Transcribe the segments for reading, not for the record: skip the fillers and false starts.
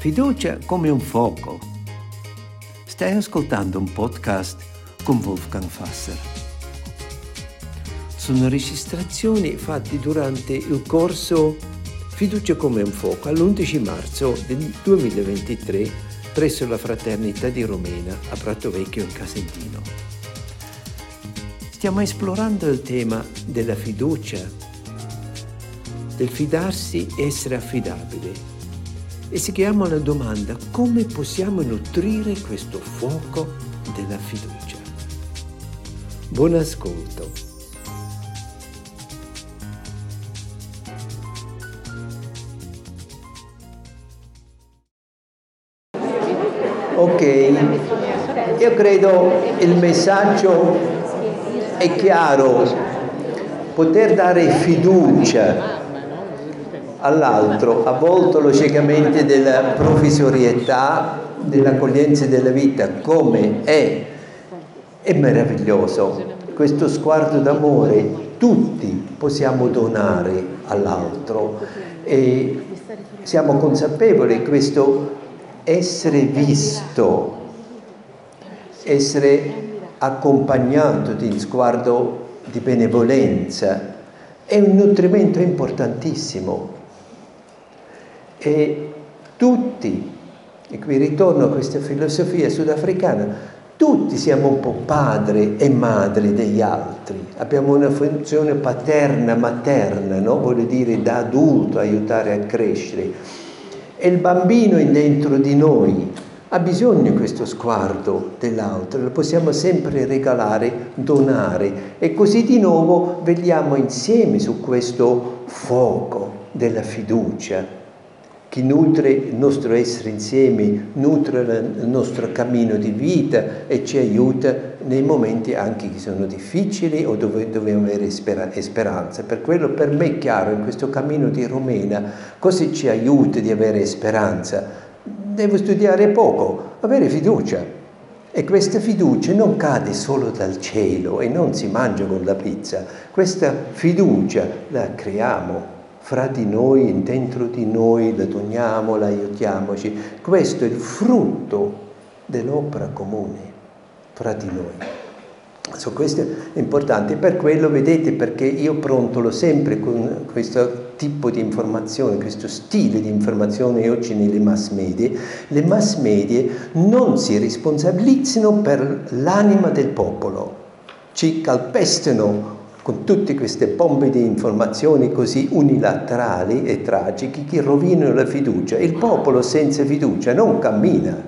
Fiducia come un fuoco. Stai ascoltando un podcast con Wolfgang Fasser. Sono registrazioni fatte durante il corso Fiducia come un fuoco all'11 marzo del 2023 presso la Fraternità di Romena a Prato Vecchio in Casentino. Stiamo esplorando il tema della fiducia, del fidarsi e essere affidabili. E si chiama la domanda: come possiamo nutrire questo fuoco della fiducia? Buon ascolto. Ok, io credo il messaggio è chiaro. Poter dare fiducia all'altro, avvolto logicamente della provvisorietà, dell'accoglienza della vita, come è meraviglioso. Questo sguardo d'amore tutti possiamo donare all'altro e siamo consapevoli che questo essere visto, essere accompagnato di sguardo di benevolenza è un nutrimento importantissimo. E tutti, e qui ritorno a questa filosofia sudafricana, tutti siamo un po' padre e madre degli altri, abbiamo una funzione paterna, materna, no? Vuol dire da adulto aiutare a crescere. E il bambino dentro di noi ha bisogno di questo sguardo dell'altro, lo possiamo sempre regalare, donare, e così di nuovo vegliamo insieme su questo fuoco della fiducia che nutre il nostro essere insieme, nutre il nostro cammino di vita e ci aiuta nei momenti anche che sono difficili o dove dobbiamo avere speranza. Per quello per me è chiaro, in questo cammino di Romena, cosa ci aiuta di avere speranza? Devo studiare poco, avere fiducia. E questa fiducia non cade solo dal cielo e non si mangia con la pizza. Questa fiducia la creiamo fra di noi, dentro di noi, la doniamo, la aiutiamoci. Questo è il frutto dell'opera comune fra di noi. So, questo è importante, per quello vedete perché io brontolo sempre con questo tipo di informazione, questo stile di informazione oggi nelle mass media. Le mass media non si responsabilizzano per l'anima del popolo, ci calpestano con tutte queste bombe di informazioni così unilaterali e tragiche che rovinano la fiducia. Il popolo senza fiducia non cammina.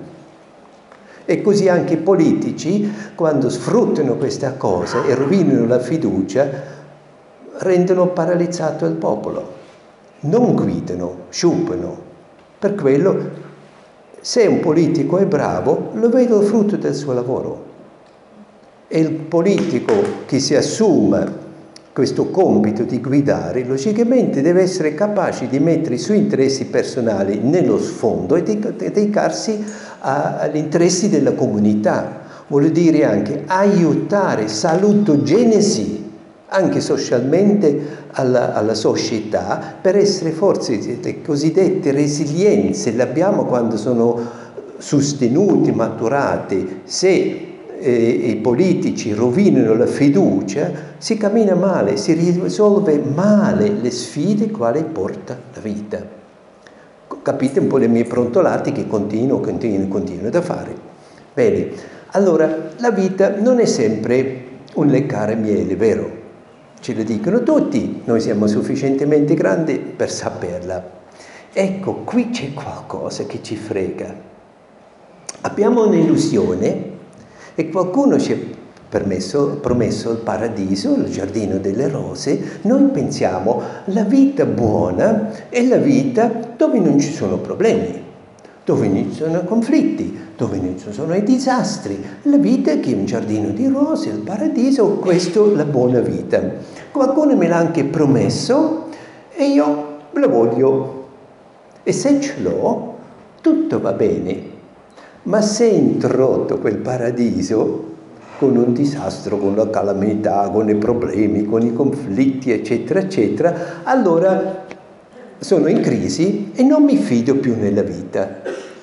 E così anche i politici, quando sfruttano questa cosa e rovinano la fiducia, rendono paralizzato il popolo. Non guidano, sciupano. Per quello, se un politico è bravo, lo vedo il frutto del suo lavoro. E il politico che si assume questo compito di guidare, logicamente deve essere capace di mettere i suoi interessi personali nello sfondo e dedicarsi agli interessi della comunità. Vuol dire anche aiutare, salutogenesi, anche socialmente alla società, per essere forze, le cosiddette resilienze, le abbiamo quando sono sostenute, maturate. Se i politici rovinano la fiducia, si cammina male, si risolve male le sfide quali porta la vita. Capite un po' le mie brontolate che continuo da fare. Bene, allora la vita non è sempre un leccare miele, vero? Ce lo dicono tutti, noi siamo sufficientemente grandi per saperla. Ecco, qui c'è qualcosa che ci frega. Abbiamo un'illusione e qualcuno ci ha promesso il paradiso, il giardino delle rose. Noi pensiamo la vita buona è la vita dove non ci sono problemi, dove non ci sono conflitti, dove non ci sono i disastri. La vita che è un giardino di rose, il paradiso, questo è la buona vita. Qualcuno me l'ha anche promesso e io lo voglio. E se ce l'ho, tutto va bene. Ma se è introdotto quel paradiso con un disastro, con la calamità, con i problemi, con i conflitti, eccetera, eccetera, allora sono in crisi e non mi fido più nella vita.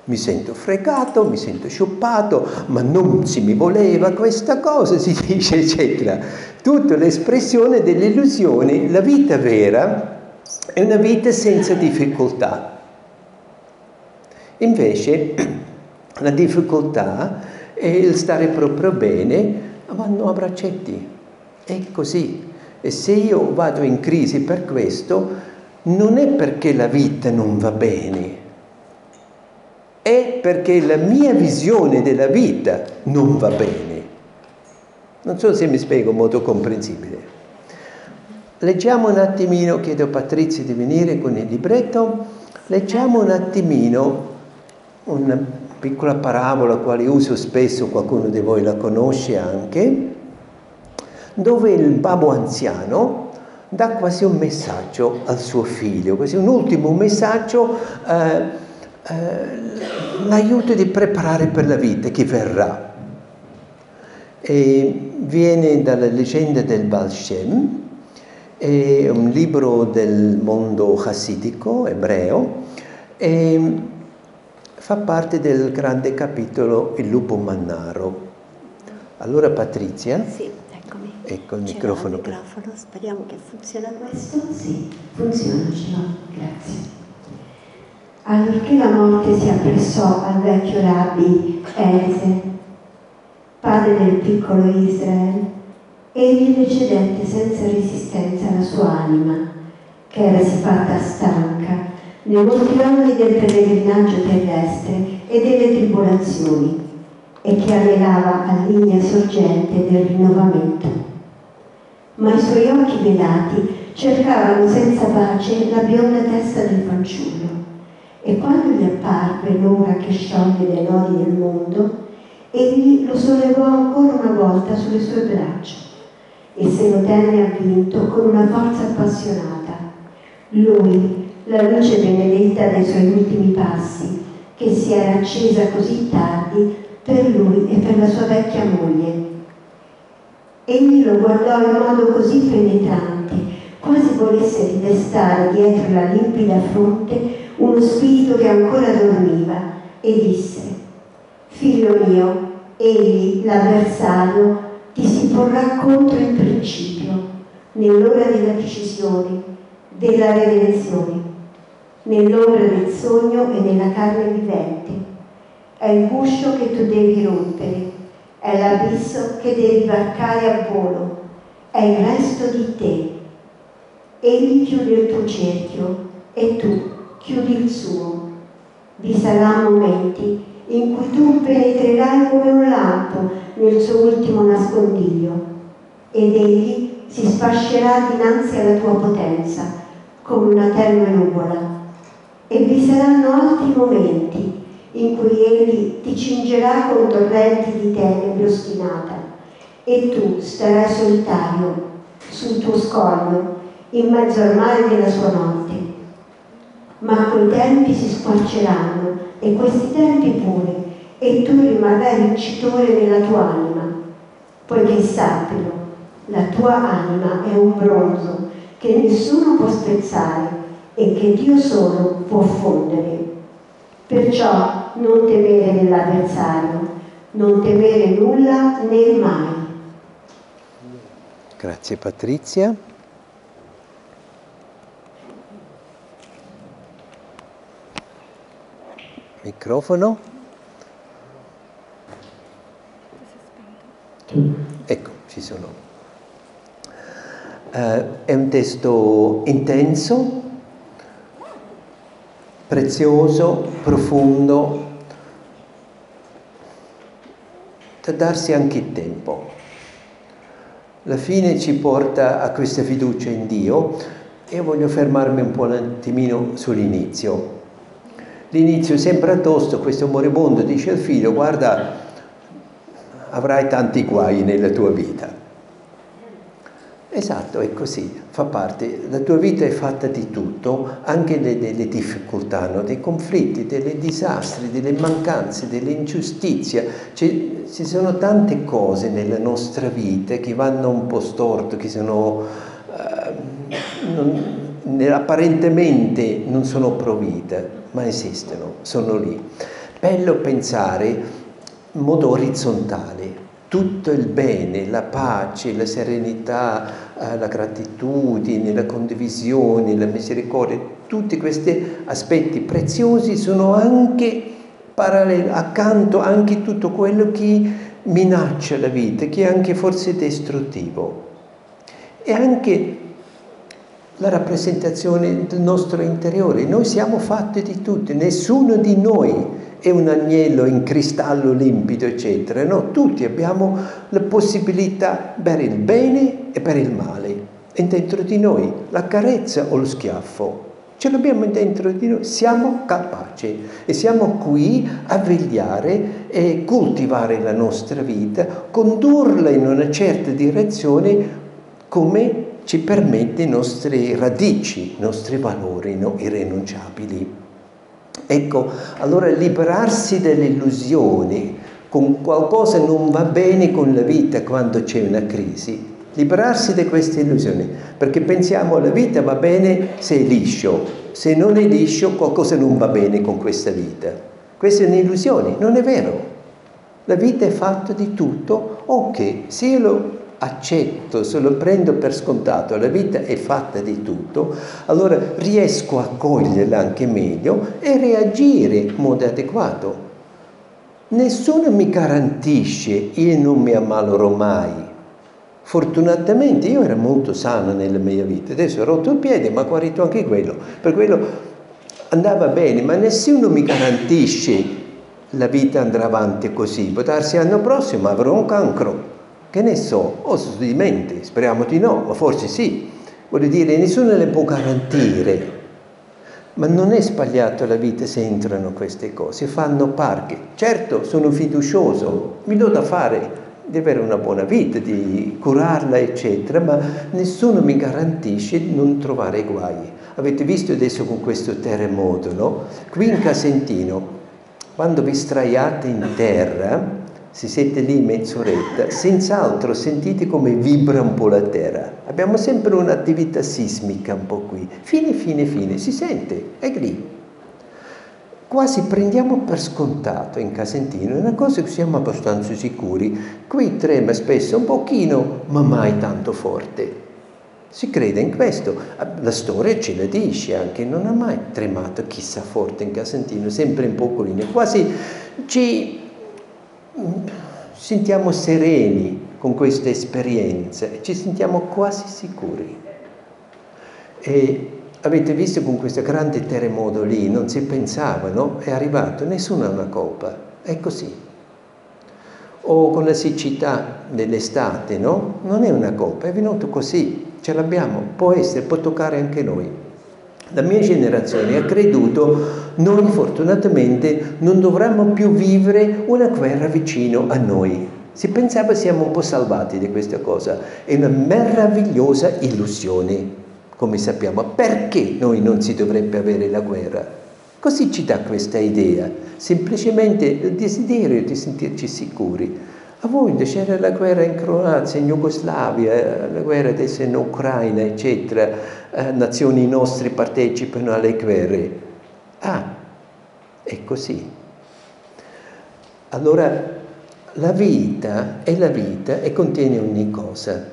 mi sento fregato, mi sento sciuppato, ma non si mi voleva questa cosa, si dice, eccetera. Tutta l'espressione dell'illusione. La vita vera è una vita senza difficoltà. Invece la difficoltà è il stare proprio bene, vanno a braccetti. È così. E se io vado in crisi per questo, non è perché la vita non va bene, è perché la mia visione della vita non va bene. Non so se mi spiego in modo comprensibile. Leggiamo un attimino, chiedo a Patrizia di venire con il libretto, leggiamo un attimino una piccola parabola, quale uso spesso, qualcuno di voi la conosce anche, dove il babbo anziano dà quasi un messaggio al suo figlio, quasi un ultimo messaggio, l'aiuto di preparare per la vita che verrà. E viene dalla leggenda del Baal Shem, è un libro del mondo chassidico, ebreo, e fa parte del grande capitolo Il lupo mannaro. Allora Patrizia? Sì, eccomi. Ecco il microfono. Il microfono, speriamo che funziona questo. Sì, funziona, ce l'ho, grazie. Allorché la morte si appressò al vecchio rabbi Eliezer, padre del piccolo Israele, egli le cedette senza resistenza la sua anima, che erasi fatta stanca nei molti anni del pellegrinaggio terrestre e delle tribolazioni, e che anelava all'ignea sorgente del rinnovamento. Ma i suoi occhi velati cercavano senza pace la bionda testa del fanciullo, e quando gli apparve l'ora che scioglie dai nodi del mondo, egli lo sollevò ancora una volta sulle sue braccia e se lo tenne avvinto con una forza appassionata. Lui, la luce benedetta dei suoi ultimi passi, che si era accesa così tardi per lui e per la sua vecchia moglie. Egli lo guardò in modo così penetrante, quasi volesse ridestare dietro la limpida fronte uno spirito che ancora dormiva, e disse: figlio mio, egli, l'avversario, ti si porrà contro in principio, nell'ora della decisione, della redenzione, nell'ombra del sogno e nella carne vivente. È il guscio che tu devi rompere, è l'abisso che devi varcare a volo, è il resto di te. Egli chiude il tuo cerchio e tu chiudi il suo. Vi saranno momenti in cui tu penetrerai come un lampo nel suo ultimo nascondiglio ed egli si sfascerà dinanzi alla tua potenza come una tenue nuvola. E vi saranno altri momenti in cui egli ti cingerà con torrenti di tenebre ostinata e tu starai solitario sul tuo scoglio in mezzo al mare della sua notte. Ma quei tempi si squarceranno e questi tempi pure, e tu rimarrai vincitore nella tua anima, poiché sappilo, la tua anima è un bronzo che nessuno può spezzare e che Dio solo può fondere. Perciò non temere dell'avversario, non temere nulla né mai. Grazie Patrizia. Microfono. Ecco, ci sono. È un testo intenso, prezioso, profondo, da darsi anche il tempo. La fine ci porta a questa fiducia in Dio e io voglio fermarmi un attimino sull'inizio. L'inizio sembra tosto, questo moribondo dice al figlio: guarda, avrai tanti guai nella tua vita. Esatto, è così, fa parte, la tua vita è fatta di tutto, anche delle difficoltà, no? Dei conflitti, dei disastri, delle mancanze, delle ingiustizie. Ci sono tante cose nella nostra vita che vanno un po' storto, che sono apparentemente non sono provviste, ma esistono, sono lì. Bello pensare in modo orizzontale. Tutto il bene, la pace, la serenità, la gratitudine, la condivisione, la misericordia, tutti questi aspetti preziosi sono anche paralleli, accanto anche tutto quello che minaccia la vita, che è anche forse distruttivo. E anche la rappresentazione del nostro interiore. Noi siamo fatti di tutto, nessuno di noi è un agnello in cristallo limpido, eccetera. No, tutti abbiamo la possibilità per il bene e per il male. È dentro di noi la carezza o lo schiaffo. Ce l'abbiamo dentro di noi, siamo capaci e siamo qui a vegliare e coltivare la nostra vita, condurla in una certa direzione come ci permette i nostri radici, i nostri valori, no? Irrinunciabili. Ecco, allora liberarsi dalle illusioni, con qualcosa non va bene con la vita quando c'è una crisi, liberarsi da queste illusioni, perché pensiamo la vita va bene se è liscio, se non è liscio qualcosa non va bene con questa vita. Questa è un'illusione, non è vero. La vita è fatta di tutto, ok, se io lo accetto, se lo prendo per scontato, la vita è fatta di tutto, allora riesco a coglierla anche meglio e reagire in modo adeguato. Nessuno mi garantisce, io non mi ammalerò mai. Fortunatamente io ero molto sano nella mia vita, adesso ho rotto il piede ma ho guarito anche quello, per quello andava bene, ma nessuno mi garantisce la vita andrà avanti così, può darsi l'anno prossimo avrò un cancro, che ne so, o di mente, speriamo di no, ma forse sì, voglio dire, nessuno le può garantire, ma non è sbagliato la vita se entrano queste cose, fanno parte. Certo, sono fiducioso, mi do da fare di avere una buona vita, di curarla, eccetera, ma nessuno mi garantisce di non trovare guai. Avete visto adesso con questo terremoto, no? Qui in Casentino, quando vi straiate in terra, se siete lì mezz'oretta, senz'altro sentite come vibra un po' la terra. Abbiamo sempre un'attività sismica un po' qui. Fine, si sente, è lì. Quasi prendiamo per scontato in Casentino, è una cosa che siamo abbastanza sicuri. Qui trema spesso un pochino, ma mai tanto forte. Si crede in questo. La storia ce la dice anche, non ha mai tremato chissà forte in Casentino, sempre in piccolino. Quasi ci sentiamo sereni con questa esperienza, ci sentiamo quasi sicuri. E avete visto con questo grande terremoto lì, non si pensava, no? È arrivato, nessuno ha una colpa, è così. O con la siccità dell'estate, no? Non è una colpa, è venuto così, ce l'abbiamo, può essere, può toccare anche noi. La mia generazione ha creduto, noi fortunatamente non dovremmo più vivere una guerra vicino a noi. Si pensava siamo un po' salvati di questa cosa, è una meravigliosa illusione. Come sappiamo, perché noi non si dovrebbe avere la guerra? Così ci dà questa idea, semplicemente il desiderio di sentirci sicuri. A voi c'era la guerra in Croazia, in Jugoslavia, la guerra adesso in Ucraina, eccetera, nazioni nostre partecipano alle guerre. Ah, è così. Allora, la vita è la vita e contiene ogni cosa.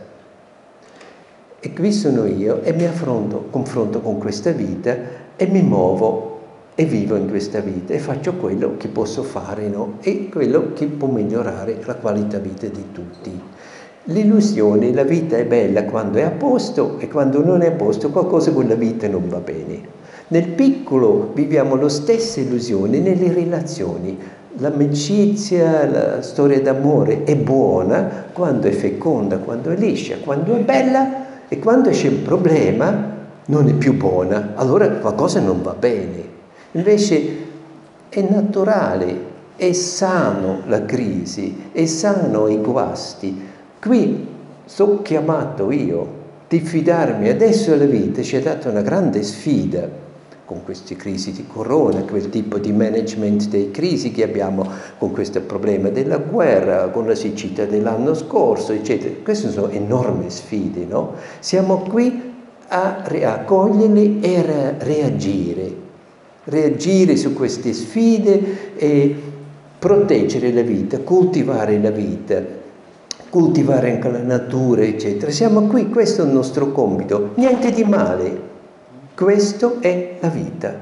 E qui sono io e mi confronto con questa vita e mi muovo e vivo in questa vita e faccio quello che posso fare, no? E quello che può migliorare la qualità vita di tutti. L'illusione, la vita è bella quando è a posto e quando non è a posto qualcosa con la vita non va bene. Nel piccolo viviamo le stesse illusioni nelle relazioni. L'amicizia, la storia d'amore è buona quando è feconda, quando è liscia, quando è bella. E quando c'è un problema non è più buona, allora qualcosa non va bene. Invece è naturale, è sano la crisi, è sano i guasti. Qui sono chiamato io di fidarmi. Adesso la vita ci ha dato una grande sfida con queste crisi di corona, quel tipo di management dei crisi che abbiamo con questo problema della guerra, con la siccità dell'anno scorso, eccetera. Queste sono enormi sfide, no? Siamo qui a coglierli e a reagire. reagire su queste sfide e proteggere la vita, coltivare anche la natura, eccetera. Siamo qui, questo è il nostro compito, niente di male, questo è la vita.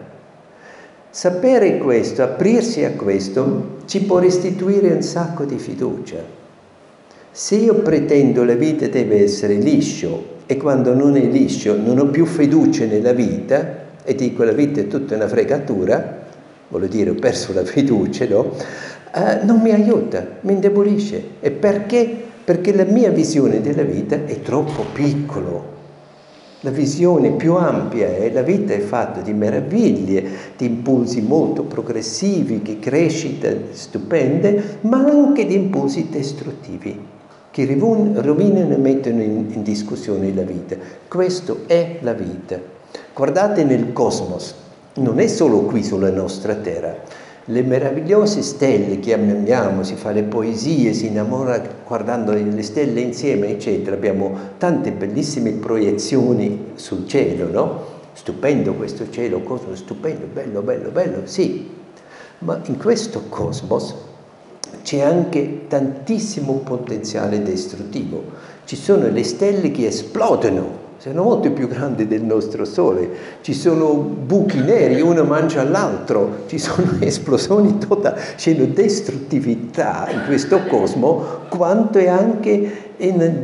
Sapere questo, aprirsi a questo, ci può restituire un sacco di fiducia. Se io pretendo la vita deve essere liscio e quando non è liscio non ho più fiducia nella vita e dico la vita è tutta una fregatura, voglio dire ho perso la fiducia, no? Non mi aiuta, mi indebolisce. E perché? Perché la mia visione della vita è troppo piccola. La visione più ampia è la vita è fatta di meraviglie, di impulsi molto progressivi, di crescita stupende, ma anche di impulsi distruttivi che rovinano e mettono in discussione la vita. Questo è la vita. Guardate nel cosmos, non è solo qui sulla nostra terra. Le meravigliose stelle che amiamo, si fa le poesie, si innamora guardando le stelle insieme, eccetera. Abbiamo tante bellissime proiezioni sul cielo, no? Stupendo questo cielo, cosmos stupendo, bello, bello, bello, sì. Ma in questo cosmos c'è anche tantissimo potenziale distruttivo. Ci sono le stelle che esplodono, sono molto più grandi del nostro Sole, ci sono buchi neri, uno mangia l'altro, ci sono esplosioni totali, c'è una distruttività in questo cosmo, quanto è anche in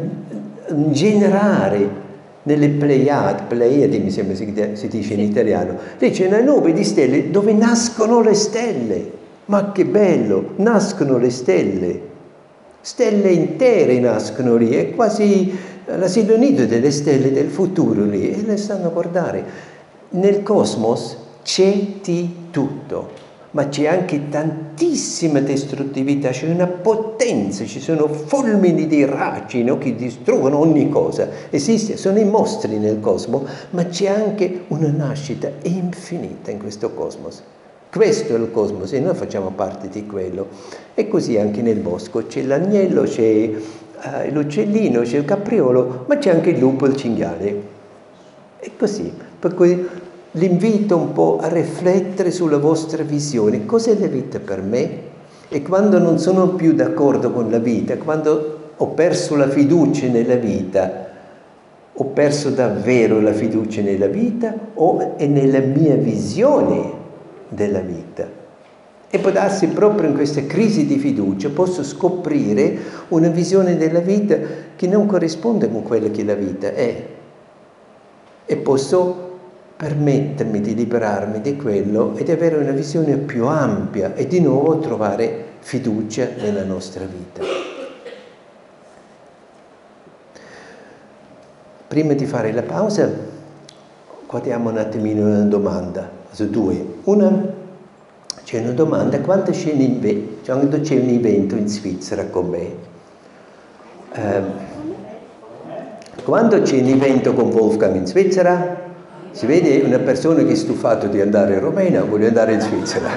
generare nelle Pleiadi mi sembra si dice in italiano, lì c'è una nube di stelle dove nascono le stelle, ma che bello, nascono le stelle intere nascono lì, è quasi l'asilo nido delle stelle del futuro lì, e le stanno a guardare. Nel cosmos c'è di tutto, ma c'è anche tantissima distruttività, c'è una potenza, ci sono fulmini di raggi, no, che distruggono ogni cosa. Sono i mostri nel cosmo, ma c'è anche una nascita infinita in questo cosmos. Questo è il cosmos e noi facciamo parte di quello. E così anche nel bosco c'è l'agnello, c'è l'uccellino, c'è il capriolo, ma c'è anche il lupo e il cinghiale. E così, per cui l'invito un po' a riflettere sulla vostra visione. Cos'è la vita per me? E quando non sono più d'accordo con la vita, quando ho perso la fiducia nella vita, ho perso davvero la fiducia nella vita o è nella mia visione della vita? E può darsi proprio in questa crisi di fiducia posso scoprire una visione della vita che non corrisponde con quella che la vita è. E posso permettermi di liberarmi di quello e di avere una visione più ampia e di nuovo trovare fiducia nella nostra vita. Prima di fare la pausa, guardiamo un attimino una domanda, su due. Una, c'è una domanda, quando c'è un evento in Svizzera con me, quando c'è un evento con Wolfgang in Svizzera, si vede una persona che è stufato di andare in Romania, vuole andare in Svizzera.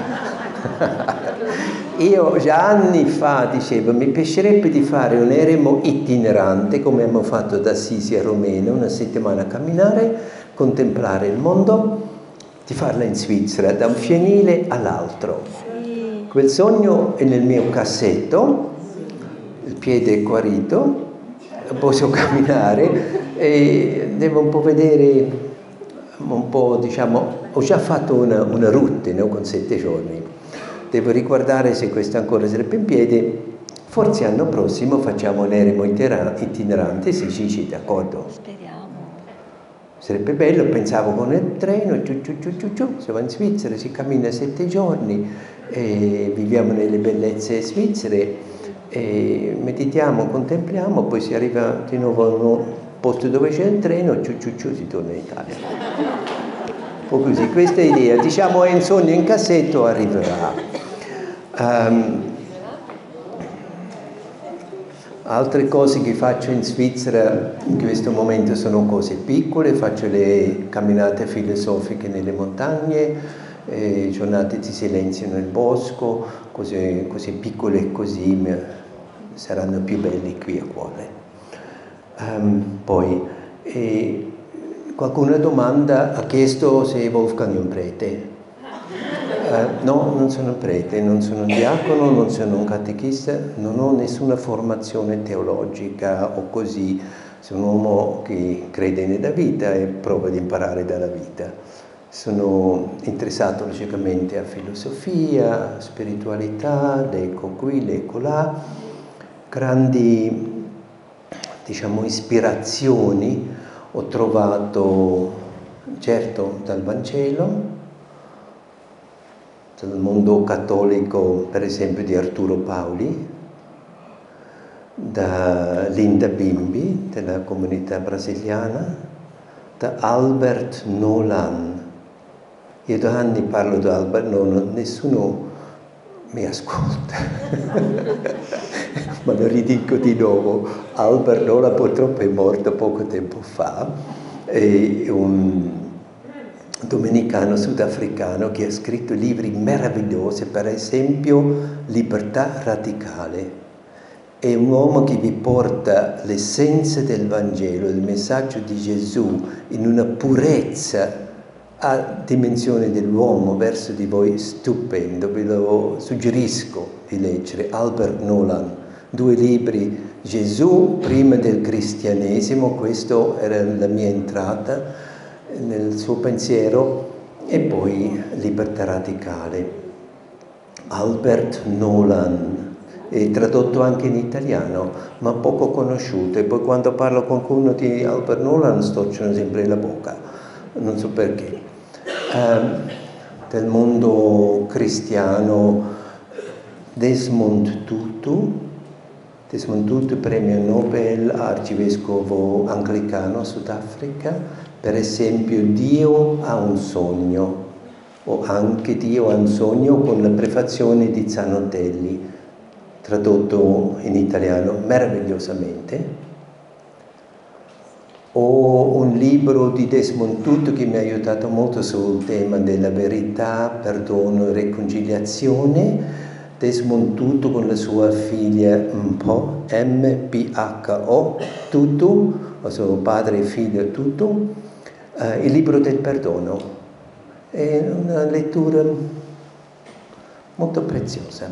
Io già anni fa dicevo, mi piacerebbe di fare un eremo itinerante, come abbiamo fatto da Assisi a Romena, una settimana a camminare, contemplare il mondo, di farla in Svizzera, da un fienile all'altro. Quel sogno è nel mio cassetto, il piede è guarito, posso camminare e devo un po' vedere, un po', diciamo, ho già fatto una route, no, con 7 giorni. Devo riguardare se questo ancora sarebbe in piedi. Forse l'anno prossimo facciamo un eremo itinerante, se ci d'accordo? Speriamo. Sarebbe bello, pensavo con il treno, si va in Svizzera, si cammina 7 giorni, viviamo nelle bellezze svizzere, meditiamo, contempliamo, poi si arriva di nuovo a un posto dove c'è il treno, si torna in Italia. Un po' così, questa è l'idea, diciamo è un sogno in cassetto, arriverà. Altre cose che faccio in Svizzera in questo momento sono cose piccole, faccio le camminate filosofiche nelle montagne, giornate di silenzio nel bosco, cose piccole così saranno più belle qui a cuore. Poi qualcuna domanda ha chiesto se Wolfgang è un prete. No, non sono prete, non sono un diacono, non sono un catechista, non ho nessuna formazione teologica o così. Sono un uomo che crede nella vita e prova ad imparare dalla vita. Sono interessato logicamente a filosofia, spiritualità, leggo qui, leggo là. Grandi, diciamo, ispirazioni ho trovato, certo, dal Vangelo, dal mondo cattolico, per esempio, di Arturo Paoli, da Linda Bimbi, della comunità brasiliana, da Albert Nolan. Io da anni parlo di Albert Nolan, nessuno mi ascolta, ma lo ridico di nuovo. Albert Nolan purtroppo è morto poco tempo fa, è un domenicano sudafricano che ha scritto libri meravigliosi, per esempio Libertà radicale. È un uomo che vi porta l'essenza del Vangelo, il messaggio di Gesù in una purezza a dimensione dell'uomo verso di voi stupendo. Vi lo suggerisco di leggere. Albert Nolan, 2 libri, Gesù prima del cristianesimo, questa era la mia entrata nel suo pensiero, e poi Libertà radicale. Albert Nolan è tradotto anche in italiano, ma poco conosciuto, e poi quando parlo con qualcuno di Albert Nolan storcono sempre la bocca, non so perché. Del mondo cristiano, Desmond Tutu, premio Nobel, arcivescovo anglicano Sudafrica. Per esempio, Dio ha un sogno, o anche Dio ha un sogno, con la prefazione di Zanotelli, tradotto in italiano meravigliosamente. Ho un libro di Desmond Tutu che mi ha aiutato molto sul tema della verità, perdono e riconciliazione. Desmond Tutu con la sua figlia Mpho, M-P-H-O, Tutu, o suo padre e figlio Tutu, il libro del perdono. È una lettura molto preziosa.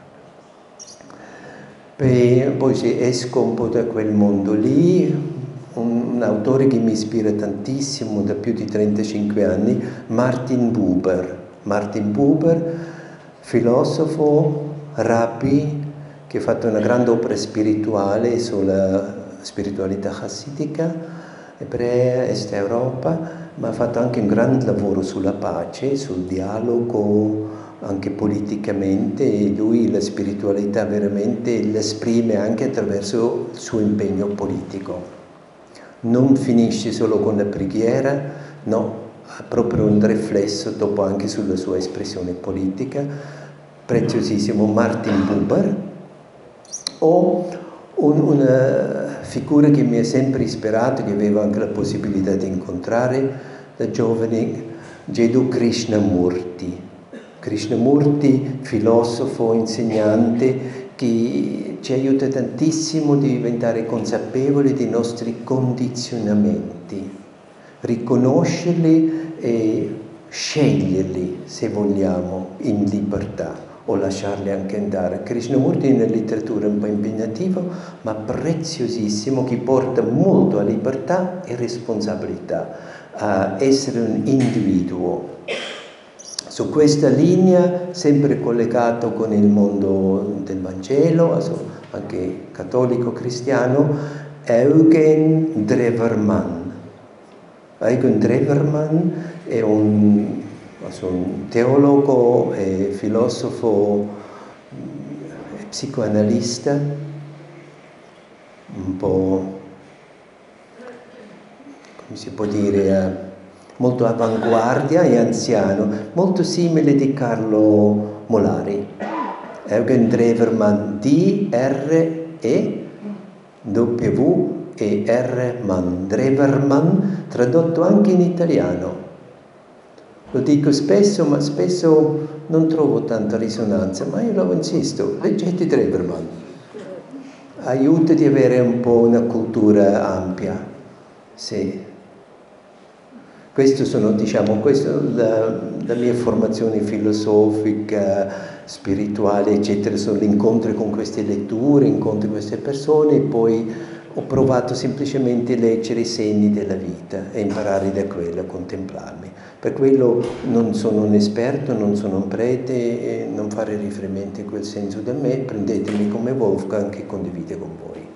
Poi esco un po' da quel mondo lì. Un autore che mi ispira tantissimo da più di 35 anni, Martin Buber. Martin Buber, filosofo, rabbi, che ha fatto una grande opera spirituale sulla spiritualità chassidica, ebrea, Est Europa, ma ha fatto anche un grande lavoro sulla pace, sul dialogo, anche politicamente, e lui la spiritualità veramente l'esprime anche attraverso il suo impegno politico. Non finisce solo con la preghiera, no, ha proprio un riflesso dopo anche sulla sua espressione politica. Preziosissimo Martin Buber. O una figura che mi ha sempre ispirato, che avevo anche la possibilità di incontrare da giovane, Jiddu Krishnamurti. Krishnamurti, filosofo, insegnante, che ci aiuta tantissimo a diventare consapevoli dei nostri condizionamenti, riconoscerli e sceglierli, se vogliamo, in libertà, o lasciarli anche andare. Krishnamurti è una letteratura un po' impegnativa, ma preziosissimo, che porta molto a libertà e responsabilità, a essere un individuo. Su questa linea, sempre collegato con il mondo del Vangelo, anche cattolico cristiano, Eugen Drewermann. Eugen Drewermann è un teologo e filosofo, psicoanalista, un po', come si può dire, molto avanguardia e anziano, molto simile di Carlo Molari. Eugen Drewermann, D-R-E-W-E-R-Mann, Drewermann, tradotto anche in italiano. Lo dico spesso, ma spesso non trovo tanta risonanza, ma io lo insisto, leggete Drewermann. Aiuta di avere un po' una cultura ampia, sì. Questo sono, diciamo, la mia formazione filosofica, spirituale, eccetera, sono gli incontri con queste letture, incontri con queste persone, e poi ho provato semplicemente a leggere i segni della vita e imparare da quello, a contemplarmi. Per quello non sono un esperto, non sono un prete, e non fare riferimento in quel senso da me, prendetemi come Wolfgang che condivide con voi.